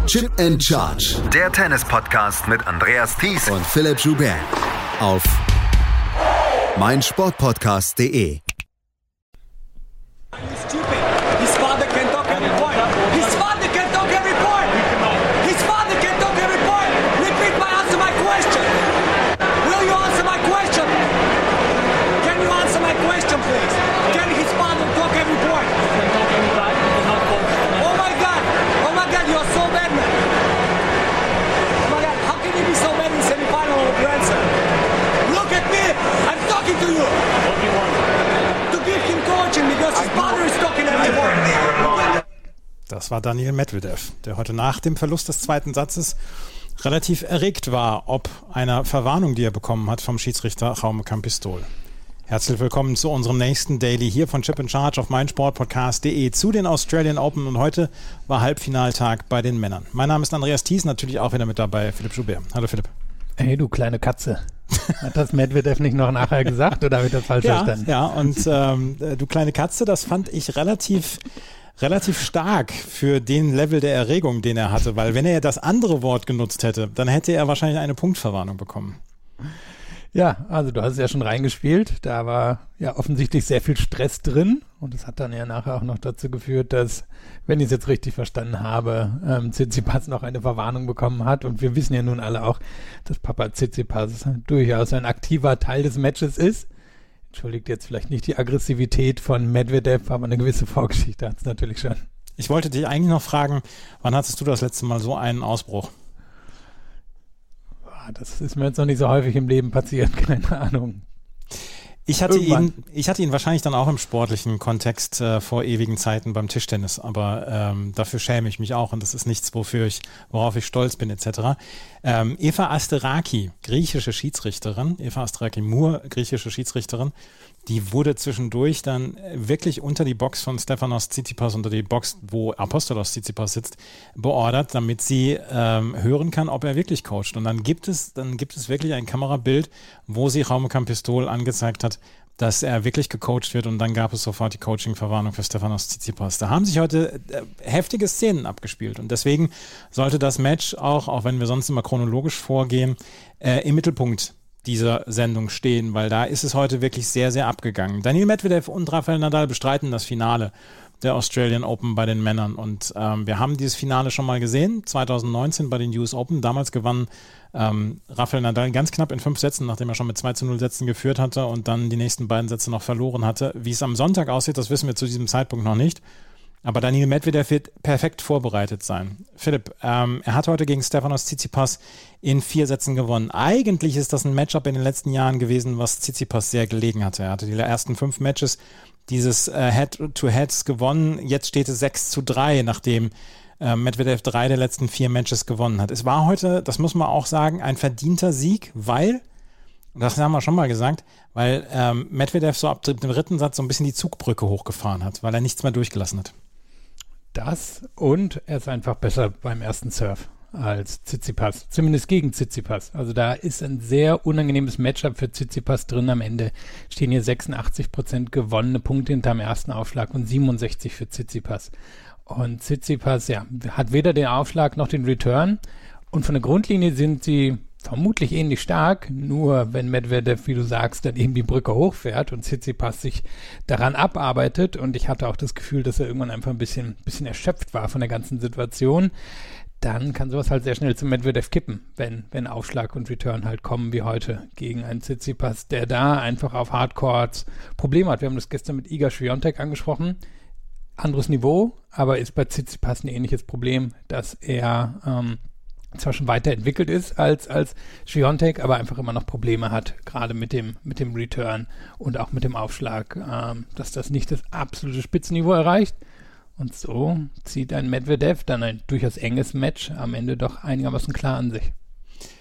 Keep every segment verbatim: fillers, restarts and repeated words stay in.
Chip and Charge. Der Tennis-Podcast mit Andreas Thies und Philipp Joubert. Auf meinsportpodcast punkt de. Das war Daniil Medvedev, der heute nach dem Verlust des zweiten Satzes relativ erregt war, ob einer Verwarnung, die er bekommen hat vom Schiedsrichter Jaume Campistol. Herzlich willkommen zu unserem nächsten Daily hier von Chip and Charge auf meinsportpodcast punkt de zu den Australian Open, und heute war Halbfinaltag bei den Männern. Mein Name ist Andreas Thies, natürlich auch wieder mit dabei Philipp Joubert. Hallo Philipp. Hey du kleine Katze. Hat das Medvedev nicht noch nachher gesagt oder habe ich das falsch ja, verstanden? Ja, und ähm, du kleine Katze, das fand ich relativ... relativ stark für den Level der Erregung, den er hatte, weil wenn er das andere Wort genutzt hätte, dann hätte er wahrscheinlich eine Punktverwarnung bekommen. Ja, also du hast es ja schon reingespielt, da war ja offensichtlich sehr viel Stress drin und das hat dann ja nachher auch noch dazu geführt, dass, wenn ich es jetzt richtig verstanden habe, ähm, Tsitsipas noch eine Verwarnung bekommen hat, und wir wissen ja nun alle auch, dass Papa Tsitsipas durchaus ein aktiver Teil des Matches ist. Entschuldigt jetzt vielleicht nicht die Aggressivität von Medvedev, aber eine gewisse Vorgeschichte hat es natürlich schon. Ich wollte dich eigentlich noch fragen, wann hattest du das letzte Mal so einen Ausbruch? Das ist mir jetzt noch nicht so häufig im Leben passiert, keine Ahnung. Ich hatte, ihn, ich hatte ihn wahrscheinlich dann auch im sportlichen Kontext äh, vor ewigen Zeiten beim Tischtennis, aber ähm, dafür schäme ich mich auch, und das ist nichts, wofür ich, worauf ich stolz bin et cetera. Ähm, Eva Asteraki, griechische Schiedsrichterin, Eva Asteraki Mur, griechische Schiedsrichterin, die wurde zwischendurch dann wirklich unter die Box von Stefanos Tsitsipas, unter die Box, wo Apostolos Tsitsipas sitzt, beordert, damit sie ähm, hören kann, ob er wirklich coacht. Und dann gibt es, dann gibt es wirklich ein Kamerabild, wo sie Jaume Campistol angezeigt hat, dass er wirklich gecoacht wird, und dann gab es sofort die Coaching-Verwarnung für Stefanos Tsitsipas. Da haben sich heute äh, heftige Szenen abgespielt, und deswegen sollte das Match auch, auch wenn wir sonst immer chronologisch vorgehen, äh, im Mittelpunkt dieser Sendung stehen, weil da ist es heute wirklich sehr, sehr abgegangen. Daniil Medvedev und Rafael Nadal bestreiten das Finale der Australian Open bei den Männern, und ähm, wir haben dieses Finale schon mal gesehen, zwanzig neunzehn bei den U S Open. Damals gewann ähm, Rafael Nadal ganz knapp in fünf Sätzen, nachdem er schon mit zwei zu null Sätzen geführt hatte und dann die nächsten beiden Sätze noch verloren hatte. Wie es am Sonntag aussieht, das wissen wir zu diesem Zeitpunkt noch nicht. Aber Daniil Medvedev wird perfekt vorbereitet sein. Philipp, ähm, er hat heute gegen Stefanos Tsitsipas in vier Sätzen gewonnen. Eigentlich ist das ein Matchup in den letzten Jahren gewesen, was Tsitsipas sehr gelegen hatte. Er hatte die ersten fünf Matches dieses äh, Head-to-Heads gewonnen. Jetzt steht es sechs zu drei, nachdem äh, Medvedev drei der letzten vier Matches gewonnen hat. Es war heute, das muss man auch sagen, ein verdienter Sieg, weil, das haben wir schon mal gesagt, weil ähm, Medvedev so ab dem dritten Satz so ein bisschen die Zugbrücke hochgefahren hat, weil er nichts mehr durchgelassen hat. Das, und er ist einfach besser beim ersten Surf als Tsitsipas, zumindest gegen Tsitsipas. Also da ist ein sehr unangenehmes Matchup für Tsitsipas drin. Am Ende stehen hier sechsundachtzig Prozent gewonnene Punkte hinterm ersten Aufschlag und siebenundsechzig für Tsitsipas. Und Tsitsipas, ja, hat weder den Aufschlag noch den Return, und von der Grundlinie sind sie vermutlich ähnlich stark, nur wenn Medvedev, wie du sagst, dann eben die Brücke hochfährt und Tsitsipas sich daran abarbeitet, und ich hatte auch das Gefühl, dass er irgendwann einfach ein bisschen, bisschen erschöpft war von der ganzen Situation, dann kann sowas halt sehr schnell zu Medvedev kippen, wenn, wenn Aufschlag und Return halt kommen wie heute gegen einen Tsitsipas, der da einfach auf Hardcourts Probleme hat. Wir haben das gestern mit Iga Swiatek angesprochen, anderes Niveau, aber ist bei Tsitsipas ein ähnliches Problem, dass er ähm, zwar schon weiterentwickelt ist als, als Swiatek, aber einfach immer noch Probleme hat, gerade mit dem, mit dem Return und auch mit dem Aufschlag, ähm, dass das nicht das absolute Spitzenniveau erreicht. Und so zieht ein Medvedev dann ein durchaus enges Match am Ende doch einigermaßen klar an sich.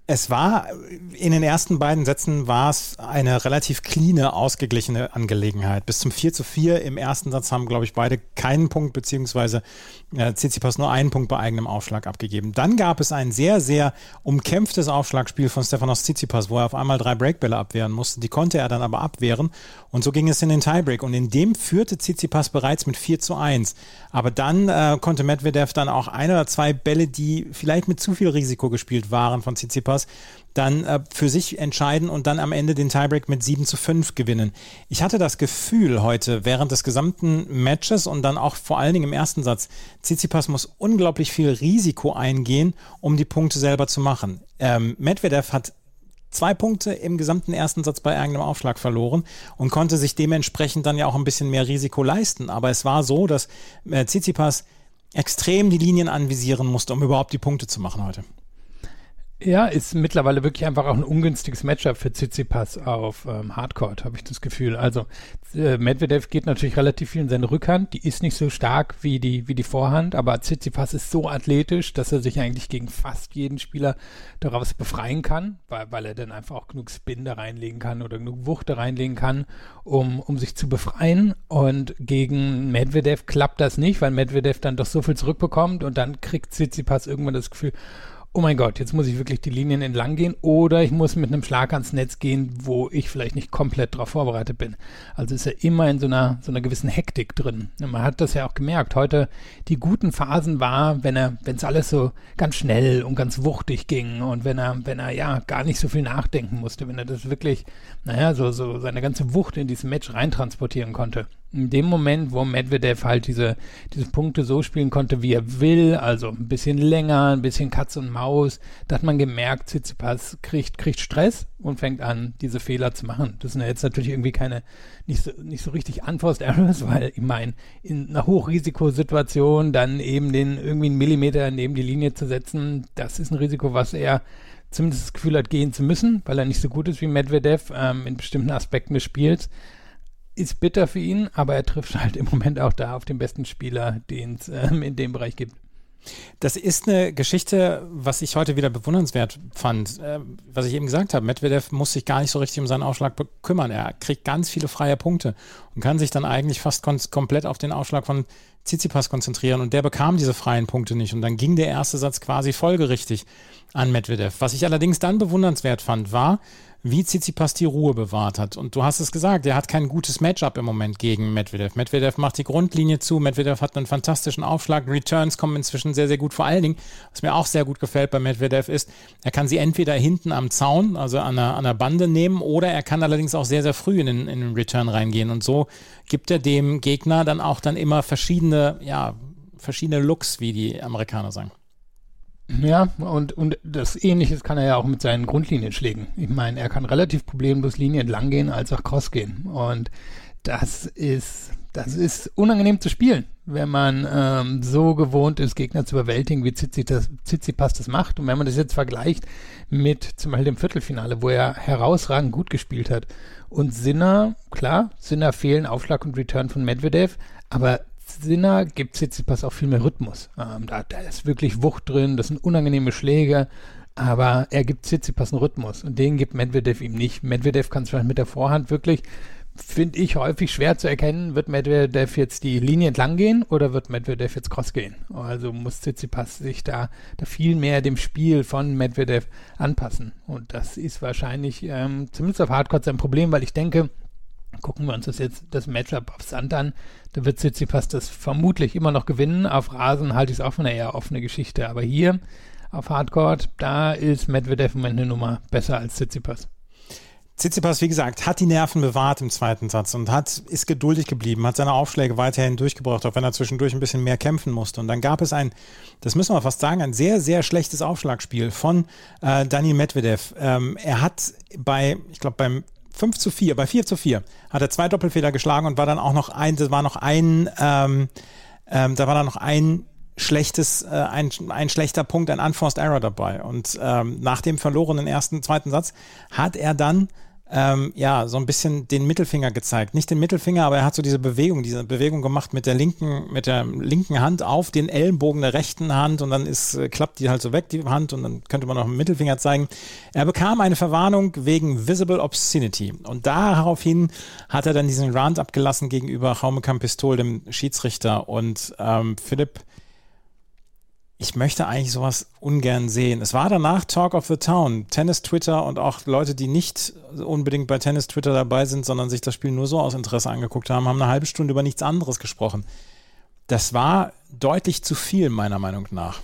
Es war, in den ersten beiden Sätzen war es eine relativ cleane, ausgeglichene Angelegenheit. Bis zum vier zu vier im ersten Satz haben, glaube ich, beide keinen Punkt, beziehungsweise äh, Tsitsipas nur einen Punkt bei eigenem Aufschlag abgegeben. Dann gab es ein sehr, sehr umkämpftes Aufschlagspiel von Stefanos Tsitsipas, wo er auf einmal drei Breakbälle abwehren musste. Die konnte er dann aber abwehren und so ging es in den Tiebreak. Und in dem führte Tsitsipas bereits mit vier zu eins. Aber dann äh, konnte Medvedev dann auch ein oder zwei Bälle, die vielleicht mit zu viel Risiko gespielt waren von Tsitsipas, dann äh, für sich entscheiden und dann am Ende den Tiebreak mit sieben zu fünf gewinnen. Ich hatte das Gefühl heute während des gesamten Matches und dann auch vor allen Dingen im ersten Satz, Tsitsipas muss unglaublich viel Risiko eingehen, um die Punkte selber zu machen. Ähm, Medvedev hat zwei Punkte im gesamten ersten Satz bei eigenem Aufschlag verloren und konnte sich dementsprechend dann ja auch ein bisschen mehr Risiko leisten. Aber es war so, dass äh, Tsitsipas extrem die Linien anvisieren musste, um überhaupt die Punkte zu machen heute. Ja, ist mittlerweile wirklich einfach auch ein ungünstiges Matchup für Tsitsipas auf ähm, Hardcourt, habe ich das Gefühl. Also äh, Medvedev geht natürlich relativ viel in seine Rückhand, die ist nicht so stark wie die wie die Vorhand, aber Tsitsipas ist so athletisch, dass er sich eigentlich gegen fast jeden Spieler daraus befreien kann, weil, weil er dann einfach auch genug Spin da reinlegen kann oder genug Wucht da reinlegen kann, um, um sich zu befreien. Und gegen Medvedev klappt das nicht, weil Medvedev dann doch so viel zurückbekommt und dann kriegt Tsitsipas irgendwann das Gefühl, oh mein Gott, jetzt muss ich wirklich die Linien entlang gehen oder ich muss mit einem Schlag ans Netz gehen, wo ich vielleicht nicht komplett darauf vorbereitet bin. Also ist er immer in so einer so einer gewissen Hektik drin. Und man hat das ja auch gemerkt. Heute die guten Phasen war, wenn er, wenn es alles so ganz schnell und ganz wuchtig ging und wenn er, wenn er ja gar nicht so viel nachdenken musste, wenn er das wirklich, naja, so, so seine ganze Wucht in dieses Match reintransportieren konnte. In dem Moment, wo Medvedev halt diese, diese Punkte so spielen konnte, wie er will, also ein bisschen länger, ein bisschen Katz und Maus, da hat man gemerkt, Tsitsipas kriegt, kriegt Stress und fängt an, diese Fehler zu machen. Das sind ja jetzt natürlich irgendwie keine, nicht so, nicht so richtig Unforced Errors, weil ich meine, in einer Hochrisikosituation dann eben den irgendwie einen Millimeter neben die Linie zu setzen, das ist ein Risiko, was er zumindest das Gefühl hat, gehen zu müssen, weil er nicht so gut ist wie Medvedev ähm, in bestimmten Aspekten des Spiels. Ist bitter für ihn, aber er trifft halt im Moment auch da auf den besten Spieler, den es ähm, in dem Bereich gibt. Das ist eine Geschichte, was ich heute wieder bewundernswert fand. Äh, was ich eben gesagt habe, Medvedev muss sich gar nicht so richtig um seinen Aufschlag kümmern. Er kriegt ganz viele freie Punkte und kann sich dann eigentlich fast kon- komplett auf den Aufschlag von Tsitsipas konzentrieren. Und der bekam diese freien Punkte nicht. Und dann ging der erste Satz quasi folgerichtig an Medvedev. Was ich allerdings dann bewundernswert fand, war, wie Tsitsipas die Ruhe bewahrt hat. Und du hast es gesagt, er hat kein gutes Matchup im Moment gegen Medvedev. Medvedev macht die Grundlinie zu, Medvedev hat einen fantastischen Aufschlag, Returns kommen inzwischen sehr, sehr gut. Vor allen Dingen, was mir auch sehr gut gefällt bei Medvedev ist, er kann sie entweder hinten am Zaun, also an der, an der Bande nehmen, oder er kann allerdings auch sehr, sehr früh in den, in den Return reingehen. Und so gibt er dem Gegner dann auch dann immer verschiedene, ja, verschiedene Looks, wie die Amerikaner sagen. Ja, und, und das Ähnliches kann er ja auch mit seinen Grundlinienschlägen. Ich meine, er kann relativ problemlos Linien entlang gehen, als auch Cross gehen. Und das ist, das ist unangenehm zu spielen, wenn man ähm, so gewohnt ist, Gegner zu überwältigen, wie Tsitsipas, Tsitsipas das macht. Und wenn man das jetzt vergleicht mit zum Beispiel dem Viertelfinale, wo er herausragend gut gespielt hat. Und Sinner, klar, Sinner fehlen Aufschlag und Return von Medvedev, aber Sinner gibt Tsitsipas auch viel mehr Rhythmus. Ähm, da, da ist wirklich Wucht drin, das sind unangenehme Schläge, aber er gibt Tsitsipas einen Rhythmus und den gibt Medvedev ihm nicht. Medvedev kann es mit der Vorhand wirklich, finde ich, häufig schwer zu erkennen, wird Medvedev jetzt die Linie entlang gehen oder wird Medvedev jetzt Cross gehen? Also muss Tsitsipas sich da, da viel mehr dem Spiel von Medvedev anpassen und das ist wahrscheinlich ähm, zumindest auf Hardcourt sein Problem, weil ich denke, gucken wir uns das jetzt, das Matchup auf Sand an, da wird Tsitsipas das vermutlich immer noch gewinnen. Auf Rasen halte ich es auch für eine eher offene Geschichte. Aber hier auf Hardcourt, da ist Medvedev im Moment eine Nummer besser als Tsitsipas. Tsitsipas, wie gesagt, hat die Nerven bewahrt im zweiten Satz und hat, ist geduldig geblieben, hat seine Aufschläge weiterhin durchgebracht, auch wenn er zwischendurch ein bisschen mehr kämpfen musste. Und dann gab es ein, das müssen wir fast sagen, ein sehr, sehr schlechtes Aufschlagspiel von äh, Daniil Medvedev. Ähm, er hat bei, ich glaube, beim fünf zu vier, bei vier zu vier hat er zwei Doppelfehler geschlagen und war dann auch noch ein, das war noch ein, ähm, ähm, da war dann noch ein schlechtes, äh, ein, ein schlechter Punkt, ein Unforced Error dabei. Und ähm, nach dem verlorenen ersten, zweiten Satz hat er dann ähm, ja, so ein bisschen den Mittelfinger gezeigt. Nicht den Mittelfinger, aber er hat so diese Bewegung, diese Bewegung gemacht mit der linken, mit der linken Hand auf den Ellenbogen der rechten Hand und dann ist, äh, klappt die halt so weg, die Hand, und dann könnte man noch einen Mittelfinger zeigen. Er bekam eine Verwarnung wegen Visible Obscenity und daraufhin hat er dann diesen Rant abgelassen gegenüber Jaume Campistol, dem Schiedsrichter, und ähm, Philipp, ich möchte eigentlich sowas ungern sehen. Es war danach Talk of the Town. Tennis-Twitter und auch Leute, die nicht unbedingt bei Tennis-Twitter dabei sind, sondern sich das Spiel nur so aus Interesse angeguckt haben, haben eine halbe Stunde über nichts anderes gesprochen. Das war deutlich zu viel, meiner Meinung nach.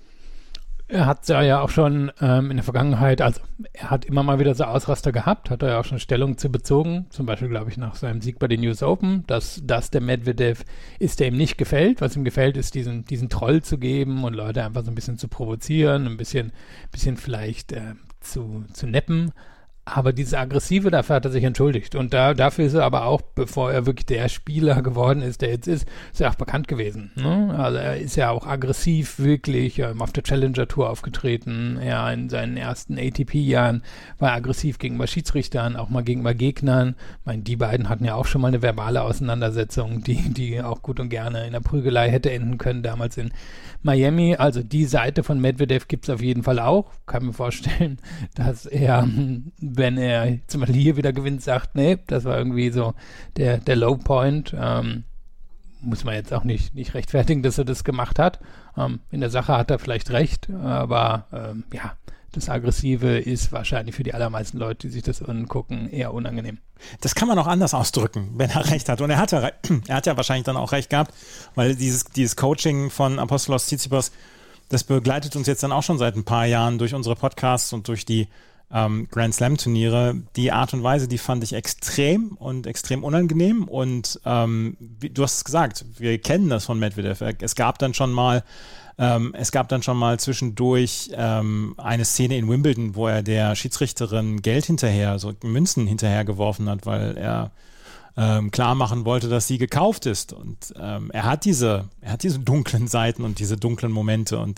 Er hat ja ja auch schon ähm, in der Vergangenheit, also er hat immer mal wieder so Ausraster gehabt, hat er ja auch schon Stellung zu bezogen, zum Beispiel, glaube ich, nach seinem Sieg bei den U S Open, dass das der Medvedev ist, der ihm nicht gefällt. Was ihm gefällt, ist diesen, diesen Troll zu geben und Leute einfach so ein bisschen zu provozieren, ein bisschen, bisschen vielleicht äh, zu, zu neppen. Aber diese Aggressive, dafür hat er sich entschuldigt. Und da, dafür ist er aber auch, bevor er wirklich der Spieler geworden ist, der jetzt ist, ist er auch bekannt gewesen. Ne? Also er ist ja auch aggressiv wirklich ähm, auf der Challenger Tour aufgetreten. Er in seinen ersten A T P-Jahren war er aggressiv gegenüber Schiedsrichtern, auch mal gegenüber Gegnern. Ich meine, die beiden hatten ja auch schon mal eine verbale Auseinandersetzung, die, die auch gut und gerne in der Prügelei hätte enden können, damals in Miami. Also die Seite von Medvedev gibt es auf jeden Fall auch. Kann mir vorstellen, dass er, wenn er zum Beispiel hier wieder gewinnt, sagt, nee, das war irgendwie so der, der Low Point. Ähm, muss man jetzt auch nicht, nicht rechtfertigen, dass er das gemacht hat. Ähm, in der Sache hat er vielleicht recht, aber ähm, ja, das Aggressive ist wahrscheinlich für die allermeisten Leute, die sich das angucken, eher unangenehm. Das kann man auch anders ausdrücken, wenn er recht hat. Und er hat ja, er hat ja wahrscheinlich dann auch recht gehabt, weil dieses, dieses Coaching von Apostolos Tsitsipas, das begleitet uns jetzt dann auch schon seit ein paar Jahren durch unsere Podcasts und durch die ähm, Grand Slam Turniere. Die Art und Weise, die fand ich extrem und extrem unangenehm. Und ähm, wie, du hast es gesagt, wir kennen das von Medvedev. Es gab dann schon mal Ähm, es gab dann schon mal zwischendurch ähm, eine Szene in Wimbledon, wo er der Schiedsrichterin Geld hinterher, so Münzen hinterher geworfen hat, weil er ähm, klar machen wollte, dass sie gekauft ist. Und ähm, er hat diese, er hat diese dunklen Seiten und diese dunklen Momente. Und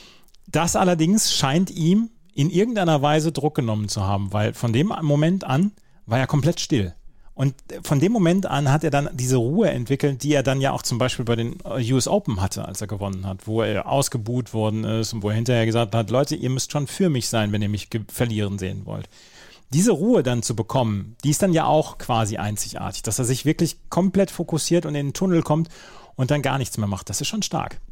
das allerdings scheint ihm in irgendeiner Weise Druck genommen zu haben, weil von dem Moment an war er komplett still. Und von dem Moment an hat er dann diese Ruhe entwickelt, die er dann ja auch zum Beispiel bei den U S Open hatte, als er gewonnen hat, wo er ausgebuht worden ist und wo er hinterher gesagt hat, Leute, ihr müsst schon für mich sein, wenn ihr mich ge- verlieren sehen wollt. Diese Ruhe dann zu bekommen, die ist dann ja auch quasi einzigartig, dass er sich wirklich komplett fokussiert und in den Tunnel kommt und dann gar nichts mehr macht. Das ist schon stark.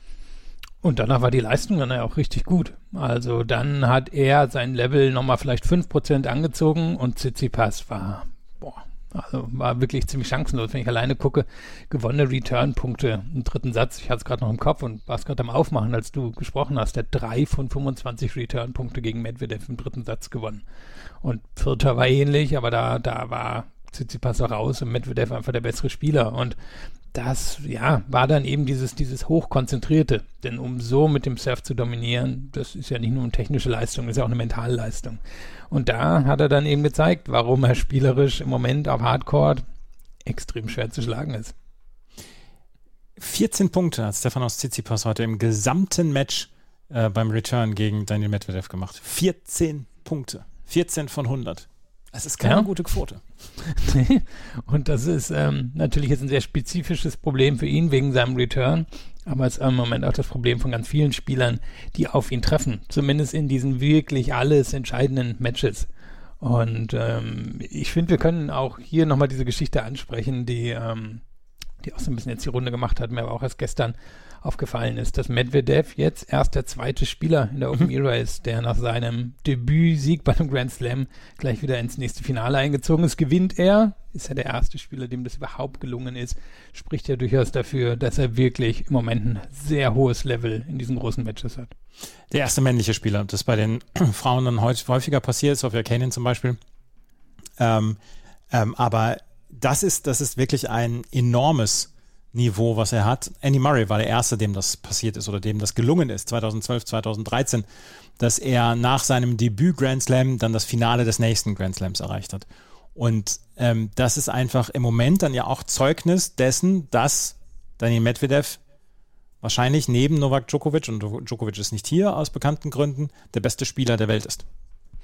Und danach war die Leistung dann ja auch richtig gut. Also dann hat er sein Level nochmal vielleicht fünf Prozent angezogen und Tsitsipas war, boah, also war wirklich ziemlich chancenlos. Wenn ich alleine gucke, gewonnene Return-Punkte im dritten Satz, ich hatte es gerade noch im Kopf und war es gerade am Aufmachen, als du gesprochen hast, der hat drei von fünfundzwanzig Return-Punkte gegen Medvedev im dritten Satz gewonnen. Und vierter war ähnlich, aber da, da war Tsitsipas auch raus und Medvedev einfach der bessere Spieler. Und das, ja, war dann eben dieses, dieses Hochkonzentrierte. Denn um so mit dem Surf zu dominieren, das ist ja nicht nur eine technische Leistung, das ist ja auch eine mentale Leistung. Und da hat er dann eben gezeigt, warum er spielerisch im Moment auf Hardcourt extrem schwer zu schlagen ist. vierzehn Punkte hat Stefanos Tsitsipas heute im gesamten Match äh, beim Return gegen Daniil Medvedev gemacht. vierzehn Punkte. vierzehn von hundert. Das ist keine ja. gute Quote. Und das ist ähm, natürlich jetzt ein sehr spezifisches Problem für ihn wegen seinem Return, aber es ist im Moment auch das Problem von ganz vielen Spielern, die auf ihn treffen, zumindest in diesen wirklich alles entscheidenden Matches. Und ähm, ich finde, wir können auch hier nochmal diese Geschichte ansprechen, die, ähm, die auch so ein bisschen jetzt die Runde gemacht hat, mir aber auch erst gestern aufgefallen ist, dass Medvedev jetzt erst der zweite Spieler in der Open Era ist, der nach seinem Debütsieg bei einem Grand Slam gleich wieder ins nächste Finale eingezogen ist. Gewinnt er, ist er der erste Spieler, dem das überhaupt gelungen ist, spricht ja durchaus dafür, dass er wirklich im Moment ein sehr hohes Level in diesen großen Matches hat. Der erste männliche Spieler, das bei den Frauen dann häufiger passiert, Sofia Kenin zum Beispiel. Ähm, ähm, aber das ist, das ist wirklich ein enormes Niveau, was er hat. Andy Murray war der Erste, dem das passiert ist oder dem das gelungen ist, zweitausendzwölf, zweitausenddreizehn, dass er nach seinem Debüt Grand Slam dann das Finale des nächsten Grand Slams erreicht hat. Und ähm, das ist einfach im Moment dann ja auch Zeugnis dessen, dass Daniil Medvedev wahrscheinlich neben Novak Djokovic, und Djokovic ist nicht hier aus bekannten Gründen, der beste Spieler der Welt ist.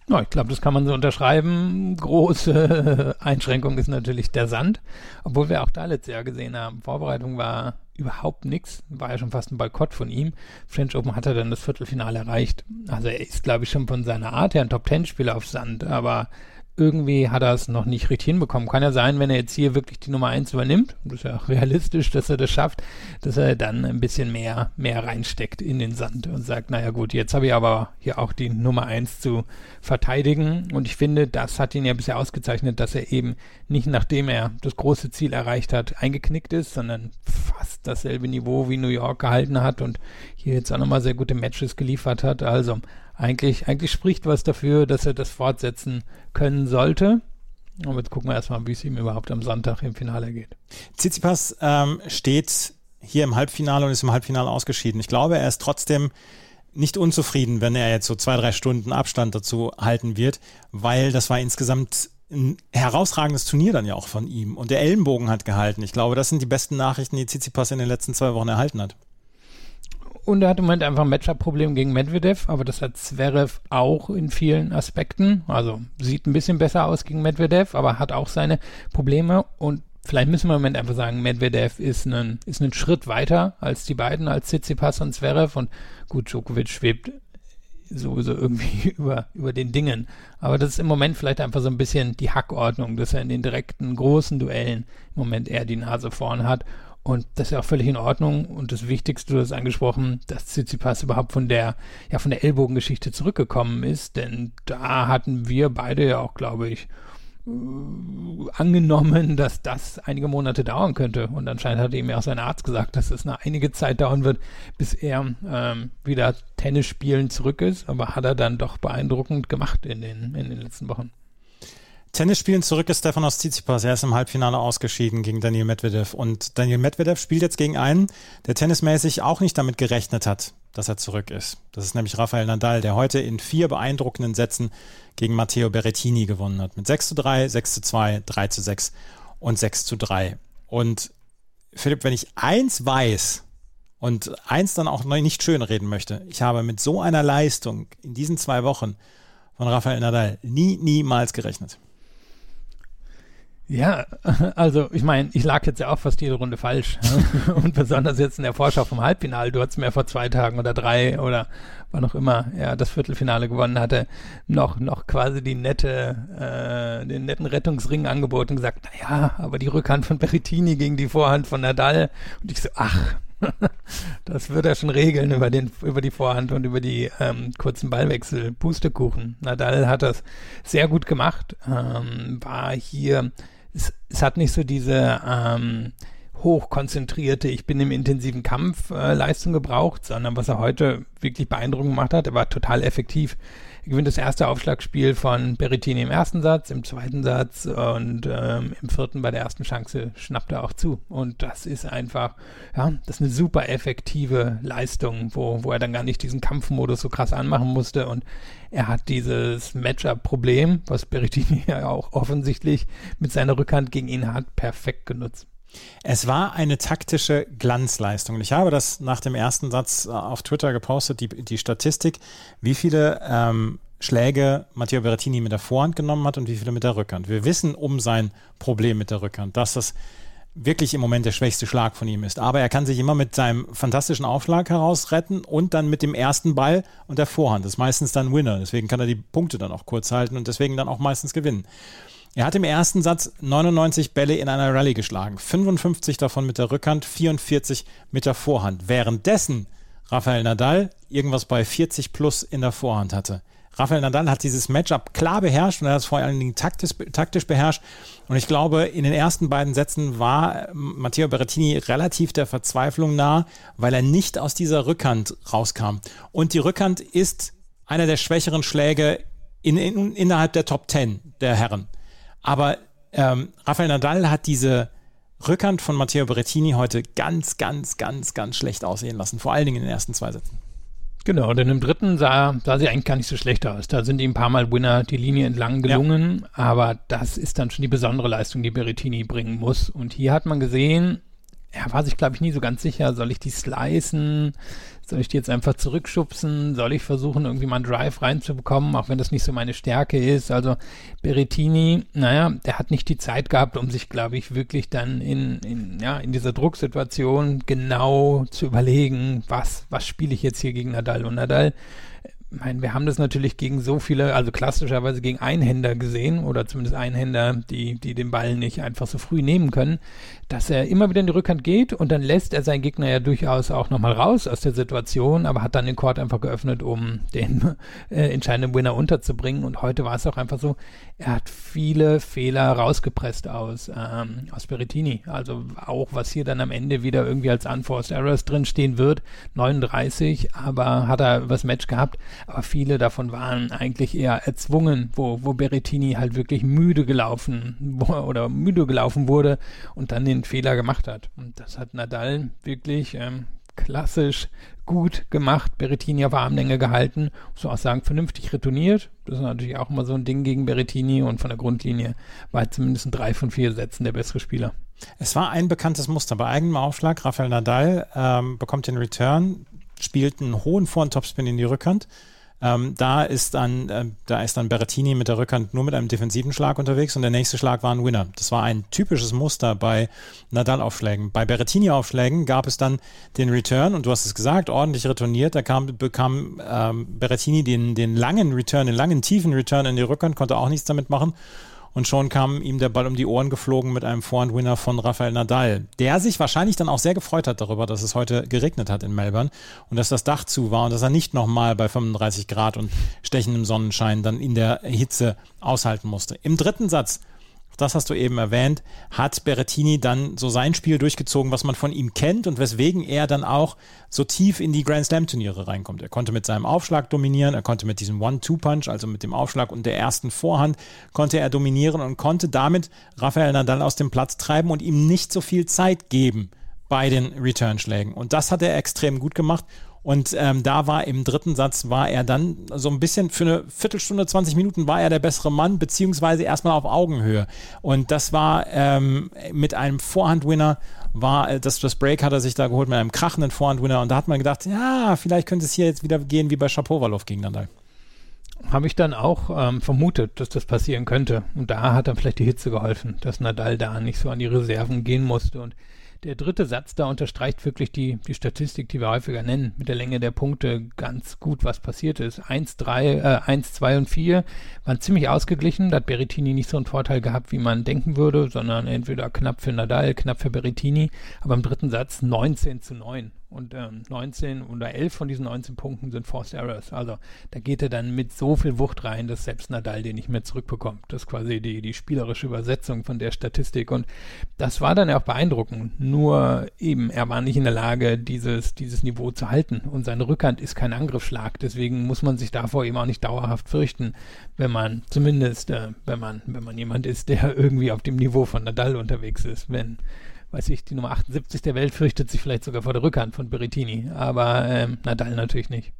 Ja, ich glaube, das kann man so unterschreiben. Große Einschränkung ist natürlich der Sand, obwohl wir auch da letztes Jahr gesehen haben, Vorbereitung war überhaupt nichts, war ja schon fast ein Boykott von ihm. French Open hat er dann das Viertelfinale erreicht. Also er ist, glaube ich, schon von seiner Art her ein Top-Ten-Spieler auf Sand, aber irgendwie hat er es noch nicht richtig hinbekommen. Kann ja sein, wenn er jetzt hier wirklich die Nummer eins übernimmt, und das ist ja auch realistisch, dass er das schafft, dass er dann ein bisschen mehr, mehr reinsteckt in den Sand und sagt, naja gut, jetzt habe ich aber hier auch die Nummer eins zu verteidigen. Und ich finde, das hat ihn ja bisher ausgezeichnet, dass er eben nicht, nachdem er das große Ziel erreicht hat, eingeknickt ist, sondern fast dasselbe Niveau wie New York gehalten hat und hier jetzt auch nochmal sehr gute Matches geliefert hat. Also Eigentlich, eigentlich spricht was dafür, dass er das fortsetzen können sollte. Und jetzt gucken wir erstmal, wie es ihm überhaupt am Sonntag im Finale geht. Tsitsipas ähm, steht hier im Halbfinale und ist im Halbfinale ausgeschieden. Ich glaube, er ist trotzdem nicht unzufrieden, wenn er jetzt so zwei, drei Stunden Abstand dazu halten wird, weil das war insgesamt ein herausragendes Turnier dann ja auch von ihm. Und der Ellenbogen hat gehalten. Ich glaube, das sind die besten Nachrichten, die Tsitsipas in den letzten zwei Wochen erhalten hat. Und er hat im Moment einfach ein Matchup-Problem gegen Medvedev, aber das hat Zverev auch in vielen Aspekten. Also sieht ein bisschen besser aus gegen Medvedev, aber hat auch seine Probleme. Und vielleicht müssen wir im Moment einfach sagen, Medvedev ist ein, ist ein Schritt weiter als die beiden, als Tsitsipas und Zverev. Und gut, Djokovic schwebt sowieso irgendwie über, über den Dingen. Aber das ist im Moment vielleicht einfach so ein bisschen die Hackordnung, dass er in den direkten, großen Duellen im Moment eher die Nase vorn hat. Und das ist ja auch völlig in Ordnung. Und das Wichtigste, du hast angesprochen, dass Tsitsipas überhaupt von der, ja, von der Ellbogengeschichte zurückgekommen ist. Denn da hatten wir beide ja auch, glaube ich, äh, angenommen, dass das einige Monate dauern könnte. Und anscheinend hat ihm ja auch sein Arzt gesagt, dass es eine einige Zeit dauern wird, bis er ähm, wieder Tennis spielen zurück ist. Aber hat er dann doch beeindruckend gemacht in den, in den letzten Wochen. Tennis spielen zurück ist Stefanos Tsitsipas. Er ist im Halbfinale ausgeschieden gegen Daniil Medvedev. Und Daniil Medvedev spielt jetzt gegen einen, der tennismäßig auch nicht damit gerechnet hat, dass er zurück ist. Das ist nämlich Rafael Nadal, der heute in vier beeindruckenden Sätzen gegen Matteo Berrettini gewonnen hat. Mit sechs zu drei, sechs zu zwei, drei zu sechs und sechs zu drei. Und Philipp, wenn ich eins weiß und eins dann auch nicht schönreden möchte, ich habe mit so einer Leistung in diesen zwei Wochen von Rafael Nadal nie, niemals gerechnet. Ja, also ich meine, ich lag jetzt ja auch fast jede Runde falsch. Und besonders jetzt in der Vorschau vom Halbfinale. Du hattest mir vor zwei Tagen oder drei oder wann auch immer er das Viertelfinale gewonnen hatte, noch noch quasi die nette, äh, den netten Rettungsring angeboten und gesagt, naja, aber die Rückhand von Berrettini gegen die Vorhand von Nadal. Und ich so, ach, das wird er schon regeln über den über die Vorhand und über die ähm, kurzen Ballwechsel. Pustekuchen. Nadal hat das sehr gut gemacht. Ähm, war hier, es, es hat nicht so diese ähm, hochkonzentrierte, ich bin im intensiven Kampf äh, Leistung gebraucht, sondern was er heute wirklich beeindruckend gemacht hat, er war total effektiv. Er gewinnt das erste Aufschlagspiel von Berrettini im ersten Satz, im zweiten Satz und ähm, im vierten bei der ersten Chance schnappt er auch zu. Und das ist einfach, ja, das ist eine super effektive Leistung, wo, wo er dann gar nicht diesen Kampfmodus so krass anmachen musste. Und er hat dieses Matchup-Problem, was Berrettini ja auch offensichtlich mit seiner Rückhand gegen ihn hat, perfekt genutzt. Es war eine taktische Glanzleistung. Ich habe das nach dem ersten Satz auf Twitter gepostet, die, die Statistik, wie viele ähm, Schläge Matteo Berrettini mit der Vorhand genommen hat und wie viele mit der Rückhand. Wir wissen um sein Problem mit der Rückhand, dass das wirklich im Moment der schwächste Schlag von ihm ist. Aber er kann sich immer mit seinem fantastischen Aufschlag herausretten und dann mit dem ersten Ball und der Vorhand. Das ist meistens dann Winner. Deswegen kann er die Punkte dann auch kurz halten und deswegen dann auch meistens gewinnen. Er hat im ersten Satz neunundneunzig Bälle in einer Rallye geschlagen, fünfundfünfzig davon mit der Rückhand, vierundvierzig mit der Vorhand. Währenddessen Rafael Nadal irgendwas bei vierzig plus in der Vorhand hatte. Rafael Nadal hat dieses Matchup klar beherrscht und er hat es vor allen Dingen taktisch, taktisch beherrscht. Und ich glaube, in den ersten beiden Sätzen war Matteo Berrettini relativ der Verzweiflung nah, weil er nicht aus dieser Rückhand rauskam. Und die Rückhand ist einer der schwächeren Schläge in, in, innerhalb der Top Ten der Herren. Aber ähm, Rafael Nadal hat diese Rückhand von Matteo Berrettini heute ganz, ganz, ganz, ganz schlecht aussehen lassen. Vor allen Dingen in den ersten zwei Sätzen. Genau, denn im dritten sah, sah sie eigentlich gar nicht so schlecht aus. Da sind ihm ein paar Mal Winner die Linie entlang gelungen. Ja. Aber das ist dann schon die besondere Leistung, die Berrettini bringen muss. Und hier hat man gesehen, er war sich, glaube ich, nie so ganz sicher, soll ich die slicen, soll ich die jetzt einfach zurückschubsen, soll ich versuchen, irgendwie mal einen Drive reinzubekommen, auch wenn das nicht so meine Stärke ist. Also Berrettini, naja, der hat nicht die Zeit gehabt, um sich, glaube ich, wirklich dann in, in, ja, in dieser Drucksituation genau zu überlegen, was, was spiele ich jetzt hier gegen Nadal. Und Nadal, ich meine, wir haben das natürlich gegen so viele, also klassischerweise gegen Einhänder gesehen oder zumindest Einhänder, die, die den Ball nicht einfach so früh nehmen können, dass er immer wieder in die Rückhand geht und dann lässt er seinen Gegner ja durchaus auch nochmal raus aus der Situation, aber hat dann den Court einfach geöffnet, um den äh, entscheidenden Winner unterzubringen. Und heute war es auch einfach so, er hat viele Fehler rausgepresst aus, ähm, aus Berrettini. Also auch, was hier dann am Ende wieder irgendwie als Unforced Errors drinstehen wird, neununddreißig, aber hat er übers Match gehabt. Aber viele davon waren eigentlich eher erzwungen, wo, wo Berrettini halt wirklich müde gelaufen wo, oder müde gelaufen wurde und dann den Fehler gemacht hat. Und das hat Nadal wirklich ähm, klassisch gut gemacht. Berrettini auf Armlänge gehalten, muss man auch sagen, vernünftig retourniert. Das ist natürlich auch immer so ein Ding gegen Berrettini und von der Grundlinie war er zumindest in drei von vier Sätzen der bessere Spieler. Es war ein bekanntes Muster. Bei eigenem Aufschlag, Rafael Nadal ähm, bekommt den Return, spielt einen hohen Vor- und Topspin in die Rückhand. Ähm, da ist dann, äh, da ist dann Berrettini mit der Rückhand nur mit einem defensiven Schlag unterwegs und der nächste Schlag war ein Winner. Das war ein typisches Muster bei Nadal-Aufschlägen. Bei Berrettini-Aufschlägen gab es dann den Return und du hast es gesagt, ordentlich retourniert. Da kam, bekam ähm, Berrettini den, den langen Return, den langen tiefen Return in die Rückhand, konnte auch nichts damit machen. Und schon kam ihm der Ball um die Ohren geflogen mit einem Vorhand-Winner von Rafael Nadal, der sich wahrscheinlich dann auch sehr gefreut hat darüber, dass es heute geregnet hat in Melbourne und dass das Dach zu war und dass er nicht nochmal bei fünfunddreißig Grad und stechendem Sonnenschein dann in der Hitze aushalten musste. Im dritten Satz, das hast du eben erwähnt, hat Berrettini dann so sein Spiel durchgezogen, was man von ihm kennt und weswegen er dann auch so tief in die Grand Slam Turniere reinkommt. Er konnte mit seinem Aufschlag dominieren, er konnte mit diesem One-Two-Punch, also mit dem Aufschlag und der ersten Vorhand, konnte er dominieren und konnte damit Rafael Nadal aus dem Platz treiben und ihm nicht so viel Zeit geben bei den Return-Schlägen. Und das hat er extrem gut gemacht. Und ähm, da war im dritten Satz, war er dann so ein bisschen für eine Viertelstunde, zwanzig Minuten war er der bessere Mann, beziehungsweise erstmal auf Augenhöhe. Und das war ähm, mit einem Vorhand-Winner, war das, das Break hat er sich da geholt mit einem krachenden Vorhand-Winner. Und da hat man gedacht, ja, vielleicht könnte es hier jetzt wieder gehen wie bei Shapovalov gegen Nadal. Habe ich dann auch ähm, vermutet, dass das passieren könnte. Und da hat dann vielleicht die Hitze geholfen, dass Nadal da nicht so an die Reserven gehen musste. Und der dritte Satz da unterstreicht wirklich die, die Statistik, die wir häufiger nennen, mit der Länge der Punkte ganz gut, was passiert ist. eins, drei, äh, eins, zwei und vier waren ziemlich ausgeglichen. Da hat Berrettini nicht so einen Vorteil gehabt, wie man denken würde, sondern entweder knapp für Nadal, knapp für Berrettini. Aber im dritten Satz neunzehn zu neun. Und ähm, neunzehn oder elf von diesen neunzehn Punkten sind Forced Errors. Also da geht er dann mit so viel Wucht rein, dass selbst Nadal den nicht mehr zurückbekommt. Das ist quasi die, die spielerische Übersetzung von der Statistik. Und das war dann auch beeindruckend. Nur eben, er war nicht in der Lage, dieses, dieses Niveau zu halten. Und seine Rückhand ist kein Angriffsschlag. Deswegen muss man sich davor eben auch nicht dauerhaft fürchten, wenn man zumindest, äh, wenn man, wenn man jemand ist, der irgendwie auf dem Niveau von Nadal unterwegs ist. Wenn weiß ich, die Nummer achtundsiebzig der Welt fürchtet sich vielleicht sogar vor der Rückhand von Berrettini, aber ähm, Nadal natürlich nicht.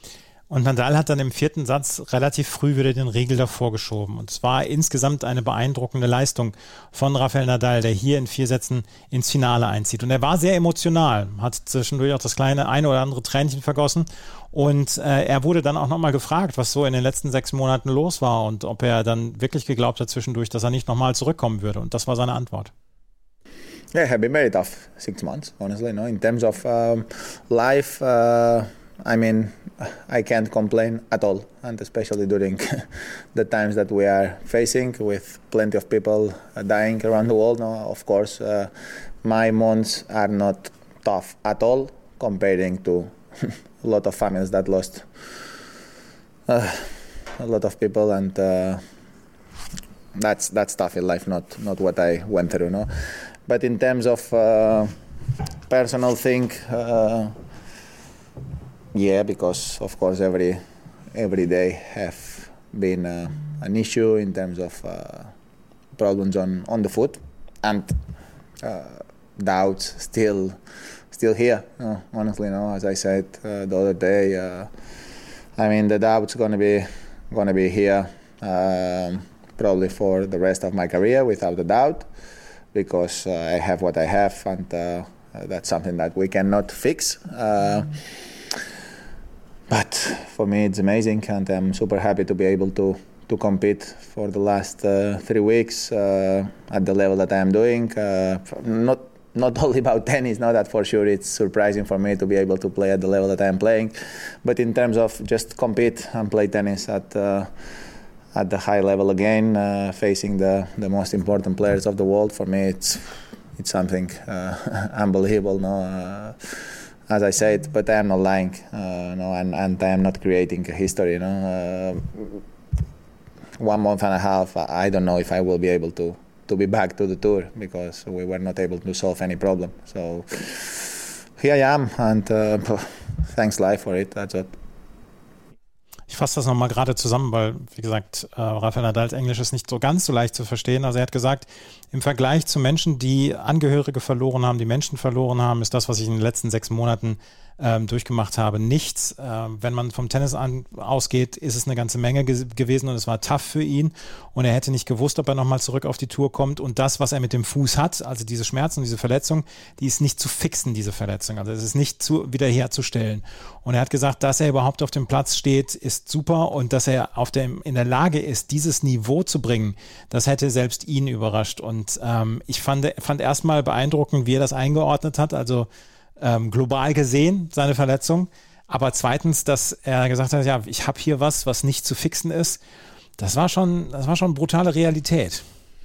Und Nadal hat dann im vierten Satz relativ früh wieder den Riegel davor geschoben. Und es war insgesamt eine beeindruckende Leistung von Rafael Nadal, der hier in vier Sätzen ins Finale einzieht. Und er war sehr emotional, hat zwischendurch auch das kleine eine oder andere Tränchen vergossen. Und äh, er wurde dann auch nochmal gefragt, was so in den letzten sechs Monaten los war und ob er dann wirklich geglaubt hat zwischendurch, dass er nicht nochmal zurückkommen würde. Und das war seine Antwort. Yeah, it have been very tough six months, honestly. No, in terms of um, life, uh, I mean, I can't complain at all, and especially during the times that we are facing, with plenty of people dying around the world. No, of course, uh, my months are not tough at all, comparing to a lot of families that lost uh, a lot of people, and uh, that's that's tough in life. Not not what I went through. No. But in terms of uh, personal thing, uh, yeah, because of course every every day have been uh, an issue in terms of uh, problems on, on the foot, and uh, doubts still still here. Uh, honestly, no. As I said uh, the other day, uh, I mean the doubts gonna be gonna be here um, probably for the rest of my career, without a doubt. Because uh, I have what I have, and uh, uh, that's something that we cannot fix. Uh, but for me, it's amazing, and I'm super happy to be able to to compete for the last uh, three weeks uh, at the level that I am doing. Uh, not not only about tennis, now that for sure it's surprising for me to be able to play at the level that I am playing, but in terms of just compete and play tennis at uh, at the high level again, uh, facing the, the most important players of the world, for me it's it's something uh, unbelievable. No, uh, as I said, but I am not lying, uh, no, and, and I am not creating a history. No, uh, one month and a half, I don't know if I will be able to to be back to the tour because we were not able to solve any problem. So here I am, and uh, thanks life for it. That's it. Ich fasse das nochmal gerade zusammen, weil, wie gesagt, äh, Rafael Nadals Englisch ist nicht so ganz so leicht zu verstehen. Also er hat gesagt, im Vergleich zu Menschen, die Angehörige verloren haben, die Menschen verloren haben, ist das, was ich in den letzten sechs Monaten ähm, durchgemacht habe, nichts. Äh, wenn man vom Tennis an, ausgeht, ist es eine ganze Menge ge- gewesen und es war tough für ihn. Und er hätte nicht gewusst, ob er nochmal zurück auf die Tour kommt. Und das, was er mit dem Fuß hat, also diese Schmerzen, diese Verletzung, die ist nicht zu fixen, diese Verletzung. Also es ist nicht zu, wiederherzustellen. Und er hat gesagt, dass er überhaupt auf dem Platz steht, ist super, und dass er auf dem, in der Lage ist, dieses Niveau zu bringen, das hätte selbst ihn überrascht. Und ähm, ich fand, fand erstmal beeindruckend, wie er das eingeordnet hat, also ähm, global gesehen, seine Verletzung. Aber zweitens, dass er gesagt hat, ja, ich habe hier was, was nicht zu fixen ist. Das war schon, das war schon brutale Realität.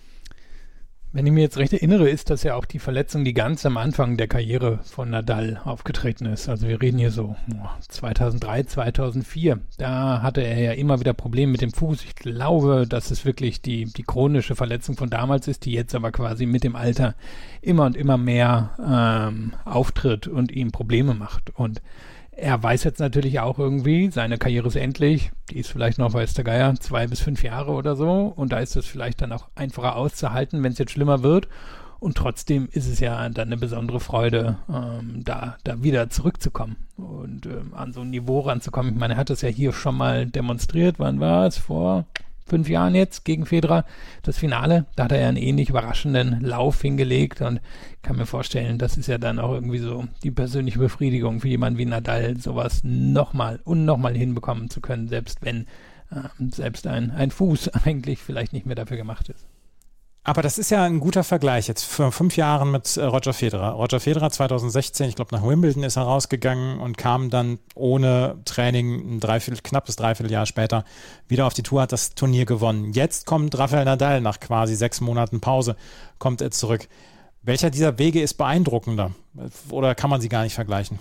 Wenn ich mir jetzt recht erinnere, ist das ja auch die Verletzung, die ganz am Anfang der Karriere von Nadal aufgetreten ist. Also wir reden hier so zweitausenddrei, zweitausendvier. Da hatte er ja immer wieder Probleme mit dem Fuß. Ich glaube, dass es wirklich die, die chronische Verletzung von damals ist, die jetzt aber quasi mit dem Alter immer und immer mehr ähm, auftritt und ihm Probleme macht. Und er weiß jetzt natürlich auch irgendwie, seine Karriere ist endlich, die ist vielleicht noch, weiß der Geier, zwei bis fünf Jahre oder so, und da ist es vielleicht dann auch einfacher auszuhalten, wenn es jetzt schlimmer wird, und trotzdem ist es ja dann eine besondere Freude, ähm, da, da wieder zurückzukommen und ähm, an so ein Niveau ranzukommen. Ich meine, er hat das ja hier schon mal demonstriert, wann war es, vor fünf Jahren jetzt gegen Federer, das Finale, da hat er ja einen ähnlich überraschenden Lauf hingelegt, und ich kann mir vorstellen, das ist ja dann auch irgendwie so die persönliche Befriedigung für jemanden wie Nadal, sowas nochmal und nochmal hinbekommen zu können, selbst wenn äh, selbst ein, ein Fuß eigentlich vielleicht nicht mehr dafür gemacht ist. Aber das ist ja ein guter Vergleich jetzt vor fünf Jahren mit Roger Federer. Roger Federer zweitausendsechzehn, ich glaube nach Wimbledon ist er rausgegangen und kam dann ohne Training ein Dreiviertel, knappes Dreivierteljahr später wieder auf die Tour, hat das Turnier gewonnen. Jetzt kommt Rafael Nadal nach quasi sechs Monaten Pause, kommt er zurück. Welcher dieser Wege ist beeindruckender? Oder kann man sie gar nicht vergleichen?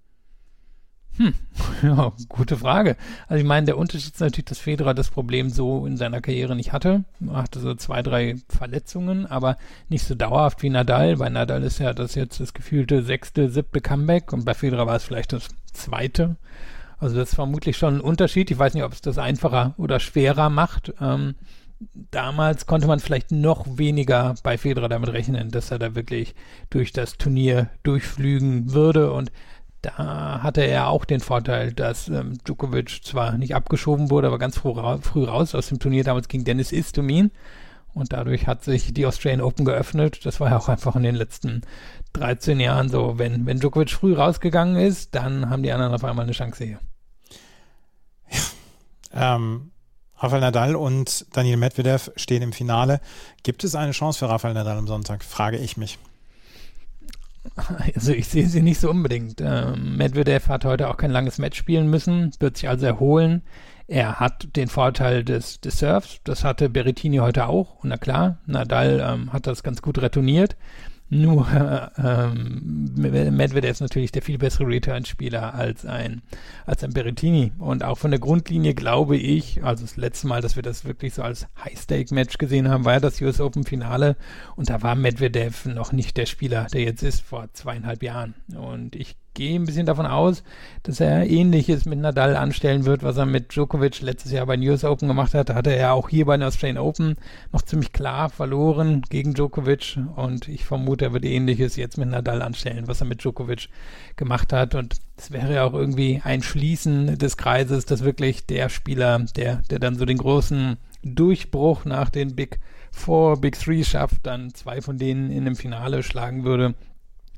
Hm, ja, gute Frage. Also ich meine, der Unterschied ist natürlich, dass Federer das Problem so in seiner Karriere nicht hatte. Er hatte so zwei, drei Verletzungen, aber nicht so dauerhaft wie Nadal. Bei Nadal ist ja das jetzt das gefühlte sechste, siebte Comeback, und bei Federer war es vielleicht das zweite. Also das ist vermutlich schon ein Unterschied. Ich weiß nicht, ob es das einfacher oder schwerer macht. Ähm, damals konnte man vielleicht noch weniger bei Federer damit rechnen, dass er da wirklich durch das Turnier durchflügen würde, und da hatte er auch den Vorteil, dass ähm, Djokovic zwar nicht abgeschoben wurde, aber ganz früh, ra- früh raus aus dem Turnier, damals gegen Dennis Istomin. Und dadurch hat sich die Australian Open geöffnet. Das war ja auch einfach in den letzten dreizehn Jahren so. Wenn, wenn Djokovic früh rausgegangen ist, dann haben die anderen auf einmal eine Chance hier. Ja. Ähm, Rafael Nadal und Daniil Medvedev stehen im Finale. Gibt es eine Chance für Rafael Nadal am Sonntag? Frage ich mich. Also ich sehe sie nicht so unbedingt. Ähm, Medvedev hat heute auch kein langes Match spielen müssen, wird sich also erholen. Er hat den Vorteil des, des Serves, das hatte Berrettini heute auch. Und na klar, Nadal ähm, hat das ganz gut retourniert. Nur äh, ähm, Medvedev ist natürlich der viel bessere Return-Spieler als ein, als ein Berrettini. Und auch von der Grundlinie glaube ich, also das letzte Mal, dass wir das wirklich so als High-Stake-Match gesehen haben, war ja das U S Open-Finale. Und da war Medvedev noch nicht der Spieler, der jetzt ist, vor zweieinhalb Jahren. Und ich gehe ein bisschen davon aus, dass er Ähnliches mit Nadal anstellen wird, was er mit Djokovic letztes Jahr bei den U S Open gemacht hat. Da hatte er auch hier bei den Australian Open noch ziemlich klar verloren gegen Djokovic, und ich vermute, er wird Ähnliches jetzt mit Nadal anstellen, was er mit Djokovic gemacht hat, und es wäre ja auch irgendwie ein Schließen des Kreises, dass wirklich der Spieler, der, der dann so den großen Durchbruch nach den Big Four, Big Three schafft, dann zwei von denen in einem Finale schlagen würde.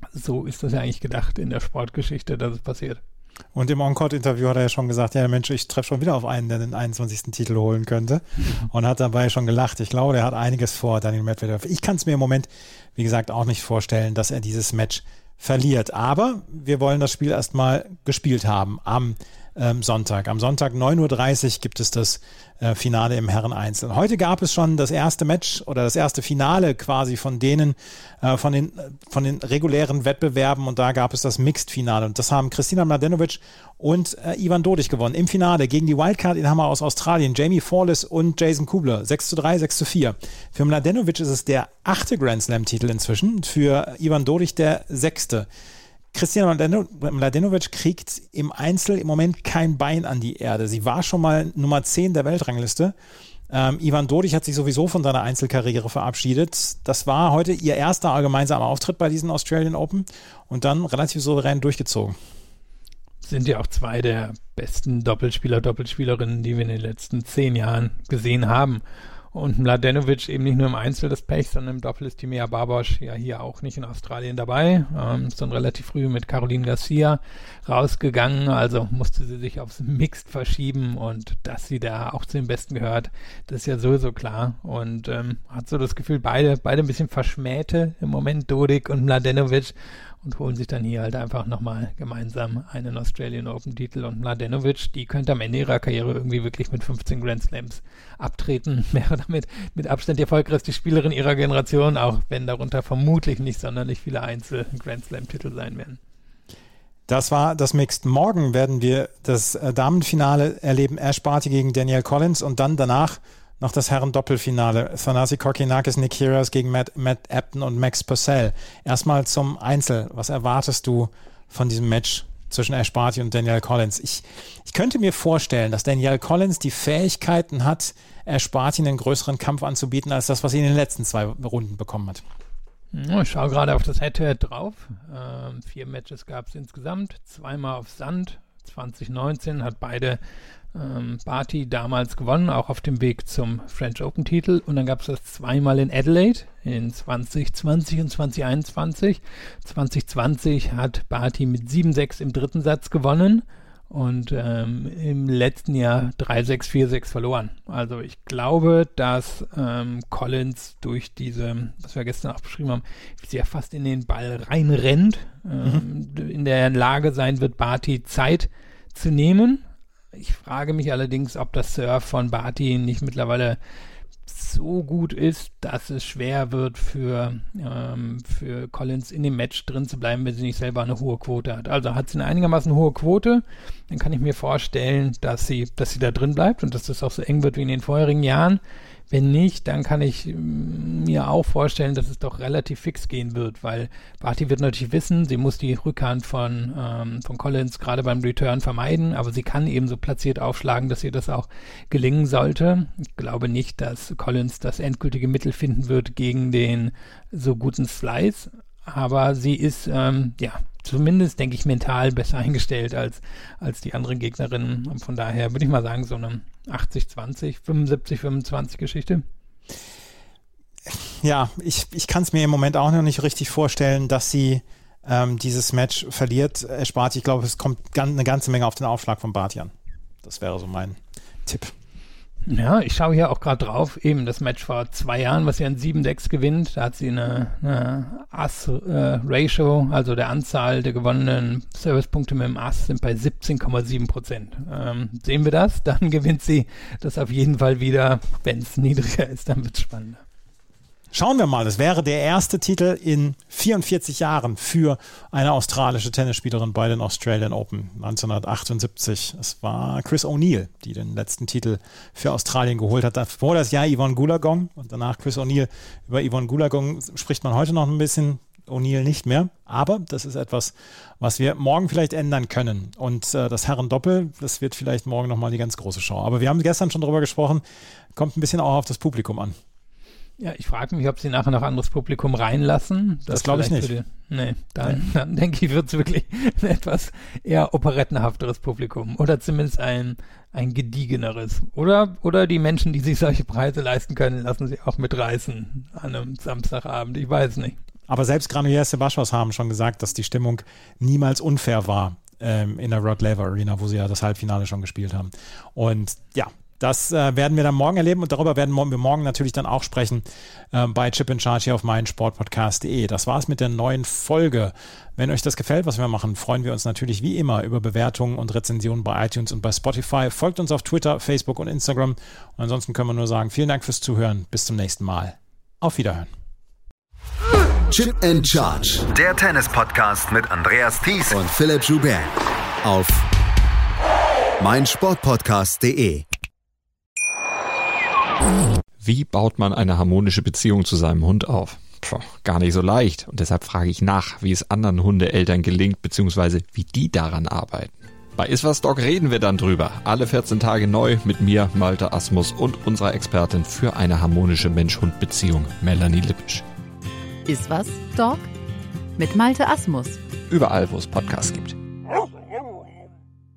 so ist das ja eigentlich gedacht in der Sportgeschichte, dass es passiert. Und im On-Court-Interview hat er ja schon gesagt, ja Mensch, ich treffe schon wieder auf einen, der den einundzwanzigsten Titel holen könnte und hat dabei schon gelacht. Ich glaube, der hat einiges vor, Daniil Medvedev. Ich kann es mir im Moment, wie gesagt, auch nicht vorstellen, dass er dieses Match verliert. Aber wir wollen das Spiel erstmal gespielt haben am ähm, Sonntag. Am Sonntag neun Uhr dreißig gibt es das äh, Finale im Herren-Einzel. Heute gab es schon das erste Match oder das erste Finale quasi von denen, äh, von den von den regulären Wettbewerben und da gab es das Mixed-Finale und das haben Kristina Mladenovic und äh, Ivan Dodig gewonnen. Im Finale gegen die Wildcard-Inhaber aus Australien, Jamie Forlis und Jason Kubler. sechs zu drei, sechs zu vier. Für Mladenovic ist es der achte Grand Slam-Titel inzwischen, für Ivan Dodig der sechste. Kristina Mladenovic kriegt im Einzel im Moment kein Bein an die Erde. Sie war schon mal Nummer zehn der Weltrangliste. Ähm, Ivan Dodig hat sich sowieso von seiner Einzelkarriere verabschiedet. Das war heute ihr erster gemeinsamer Auftritt bei diesen Australian Open und dann relativ souverän durchgezogen. Sind ja auch zwei der besten Doppelspieler, Doppelspielerinnen, die wir in den letzten zehn Jahren gesehen haben. Und Mladenovic eben nicht nur im Einzel das Pech, sondern im Doppel ist Timea Babos ja hier auch nicht in Australien dabei. Ähm, ist dann relativ früh mit Caroline Garcia rausgegangen, also musste sie sich aufs Mixed verschieben und dass sie da auch zu den Besten gehört, das ist ja sowieso klar. Und ähm, hat so das Gefühl, beide, beide ein bisschen Verschmähte im Moment, Dodig und Mladenovic, und holen sich dann hier halt einfach nochmal gemeinsam einen Australian Open Titel. Und Mladenovic, die könnte am Ende ihrer Karriere irgendwie wirklich mit fünfzehn Grand Slams abtreten, wäre damit mit Abstand die erfolgreichste Spielerin ihrer Generation, auch wenn darunter vermutlich nicht sonderlich viele Einzel-Grand Slam Titel sein werden. Das war das Mixed. Morgen werden wir das äh, Damenfinale erleben, Ash Barty gegen Danielle Collins und dann danach noch das Herren-Doppelfinale. Thanasi Kokkinakis, Nick Kyrgios gegen Matt, Matt Ebden und Max Purcell. Erstmal zum Einzel. Was erwartest du von diesem Match zwischen Ash Barty und Danielle Collins? Ich, ich könnte mir vorstellen, dass Danielle Collins die Fähigkeiten hat, Ash Barty einen größeren Kampf anzubieten, als das, was sie in den letzten zwei Runden bekommen hat. Ich schaue gerade auf das Head-to-Head drauf. Ähm, vier Matches gab es insgesamt. Zweimal auf Sand. zwanzig neunzehn hat beide ähm, Barty damals gewonnen, auch auf dem Weg zum French Open-Titel. Und dann gab es das zweimal in Adelaide in zwanzig zwanzig und zwanzig einundzwanzig. zwanzig zwanzig hat Barty mit sieben sechs im dritten Satz gewonnen und ähm, im letzten Jahr drei sechs, vier sechs verloren. Also ich glaube, dass ähm, Collins durch diese, was wir gestern auch beschrieben haben, wie sie ja fast in den Ball reinrennt, ähm, mhm. in der Lage sein wird, Barty Zeit zu nehmen. Ich frage mich allerdings, ob das Surf von Barty nicht mittlerweile so gut ist, dass es schwer wird für, ähm, für Collins in dem Match drin zu bleiben, wenn sie nicht selber eine hohe Quote hat. Also hat sie eine einigermaßen hohe Quote, dann kann ich mir vorstellen, dass sie, dass sie da drin bleibt und dass das auch so eng wird wie in den vorherigen Jahren. Wenn nicht, dann kann ich mir auch vorstellen, dass es doch relativ fix gehen wird, weil Barty wird natürlich wissen, sie muss die Rückhand von, ähm, von Collins gerade beim Return vermeiden, aber sie kann eben so platziert aufschlagen, dass ihr das auch gelingen sollte. Ich glaube nicht, dass Collins das endgültige Mittel finden wird gegen den so guten Slice, aber sie ist, ähm, ja, zumindest, denke ich, mental besser eingestellt als, als die anderen Gegnerinnen. Und von daher würde ich mal sagen, so eine achtzig zwanzig, fünfundsiebzig fünfundzwanzig Geschichte. Ja, ich, ich kann es mir im Moment auch noch nicht richtig vorstellen, dass sie ähm, dieses Match verliert. Ash Barty, ich glaube, es kommt eine ganze Menge auf den Aufschlag von Barty an. Das wäre so mein Tipp. Ja, ich schaue hier auch gerade drauf, eben das Match vor zwei Jahren, was sie an sieben sechs gewinnt, da hat sie eine, eine Ass-Ratio, äh, also der Anzahl der gewonnenen Servicepunkte mit dem Ass sind bei siebzehn Komma sieben Prozent. Ähm, sehen wir das, dann gewinnt sie das auf jeden Fall wieder. Wenn es niedriger ist, dann wird es spannender. Schauen wir mal, das wäre der erste Titel in vierundvierzig Jahren für eine australische Tennisspielerin bei den Australian Open neunzehnhundertachtundsiebzig. Es war Chris O'Neill, die den letzten Titel für Australien geholt hat. Davor das Jahr Yvonne Goolagong und danach Chris O'Neill. Über Yvonne Goolagong spricht man heute noch ein bisschen, O'Neill nicht mehr. Aber das ist etwas, was wir morgen vielleicht ändern können. Und äh, das Herren-Doppel, das wird vielleicht morgen nochmal die ganz große Show. Aber wir haben gestern schon drüber gesprochen, kommt ein bisschen auch auf das Publikum an. Ja, ich frage mich, ob sie nachher noch anderes Publikum reinlassen. Das, das glaube ich nicht. Die, nee, dann, nee. dann denke ich, wird es wirklich ein etwas eher operettenhafteres Publikum. Oder zumindest ein, ein gediegeneres. Oder, oder die Menschen, die sich solche Preise leisten können, lassen sich auch mitreißen an einem Samstagabend. Ich weiß nicht. aber selbst Granollers Sebastos haben schon gesagt, dass die Stimmung niemals unfair war ähm, in der Rod Laver Arena, wo sie ja das Halbfinale schon gespielt haben. Und ja, das äh, werden wir dann morgen erleben und darüber werden wir morgen natürlich dann auch sprechen äh, bei Chip in Charge hier auf meinsportpodcast punkt de. Das war's mit der neuen Folge. Wenn euch das gefällt, was wir machen, freuen wir uns natürlich wie immer über Bewertungen und Rezensionen bei iTunes und bei Spotify. Folgt uns auf Twitter, Facebook und Instagram. Und ansonsten können wir nur sagen, vielen Dank fürs Zuhören. Bis zum nächsten Mal. Auf Wiederhören. Chip and Charge. Der Tennis-Podcast mit Andreas Thies und Philipp Joubert auf meinsportpodcast punkt de. Wie baut man eine harmonische Beziehung zu seinem Hund auf? Puh, gar nicht so leicht. Und deshalb frage ich nach, wie es anderen Hundeeltern gelingt, beziehungsweise wie die daran arbeiten. Bei Iswas Dog reden wir dann drüber. Alle vierzehn Tage neu mit mir, Malte Asmus und unserer Expertin für eine harmonische Mensch-Hund-Beziehung, Melanie Lippisch. Iswas Dog mit Malte Asmus. Überall, wo es Podcasts gibt.